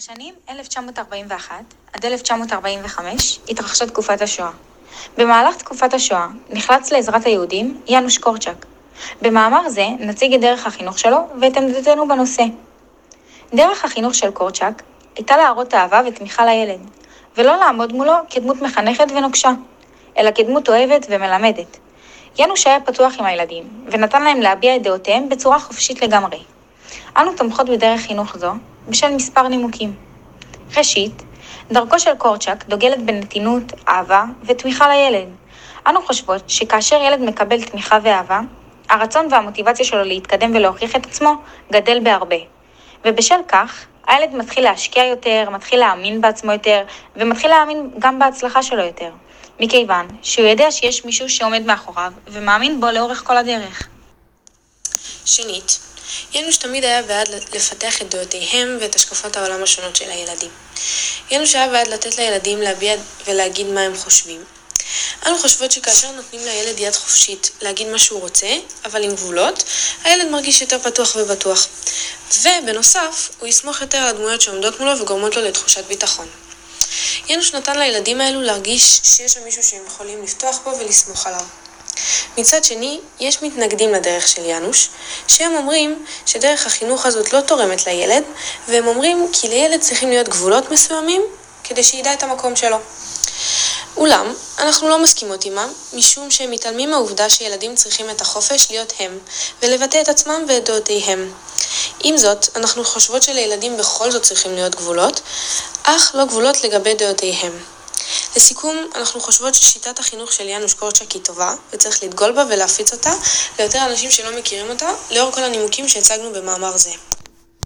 בשנים 1941 עד 1945 התרחשה תקופת השואה. במהלך תקופת השואה נחלץ לעזרת היהודים יאנוש קורצ'אק. במאמר זה נציג את דרך החינוך שלו ואת עמדתנו בנושא. דרך החינוך של קורצ'אק הייתה להראות אהבה ותמיכה לילד, ולא לעמוד מולו כדמות מחנכת ונוקשה, אלא כדמות אוהבת ומלמדת. יאנוש היה פתוח עם הילדים, ונתן להם להביע את דעותיהם בצורה חופשית לגמרי. אנו תומכות בדרך חינוך זו בשל מספר נימוקים. ראשית, דרכו של קורצ'אק דוגלת בנתינות, אהבה ותמיכה לילד. אנו חושבות שכאשר ילד מקבל תמיכה ואהבה, הרצון והמוטיבציה שלו להתקדם ולהוכיח את עצמו גדל בהרבה. ובשל כך, הילד מתחיל להשקיע יותר, מתחיל להאמין בעצמו יותר, ומתחיל להאמין גם בהצלחה שלו יותר. מכיוון שהוא יודע שיש מישהו שעומד מאחוריו ומאמין בו לאורך כל הדרך. שנית, יאנוש תמיד היה בעד לפתח את דעותיהם ואת השקפות העולם השונות של הילדים. יאנוש היה בעד לתת לילדים להביע ולהגיד מה הם חושבים. אנו חושבות שכאשר נותנים לילד יד חופשית להגיד מה שהוא רוצה, אבל עם גבולות, הילד מרגיש יותר פתוח ובטוח. ובנוסף, הוא יסמוך יותר על הדמויות שעומדות מולו וגורמות לו לתחושת ביטחון. יאנוש נתן לילדים האלו להרגיש שיש שם מישהו שהם יכולים לפתוח בו ולסמוך עליו. מצד שני, יש מתנגדים לדרך של יאנוש, שהם אומרים שדרך החינוך הזאת לא תורמת לילד, והם אומרים כי לילד צריכים להיות גבולות מסוימים כדי שידע את המקום שלו. אולם, אנחנו לא מסכימות עימם, משום שהם מתעלמים מהעובדה שילדים צריכים את החופש להיות הם, ולבטא את עצמם ואת דעותיהם. עם זאת, אנחנו חושבות שלילדים בכל זאת צריכים להיות גבולות, אך לא גבולות לגבי דעותיהם. לסיכום, אנחנו חושבות ששיטת החינוך של יאנוש קורצ'אק היא טובה, וצריך לדגול בה ולהפיץ אותה ליותר אנשים שלא מכירים אותה, לאור כל הנימוקים שהצגנו במאמר זה.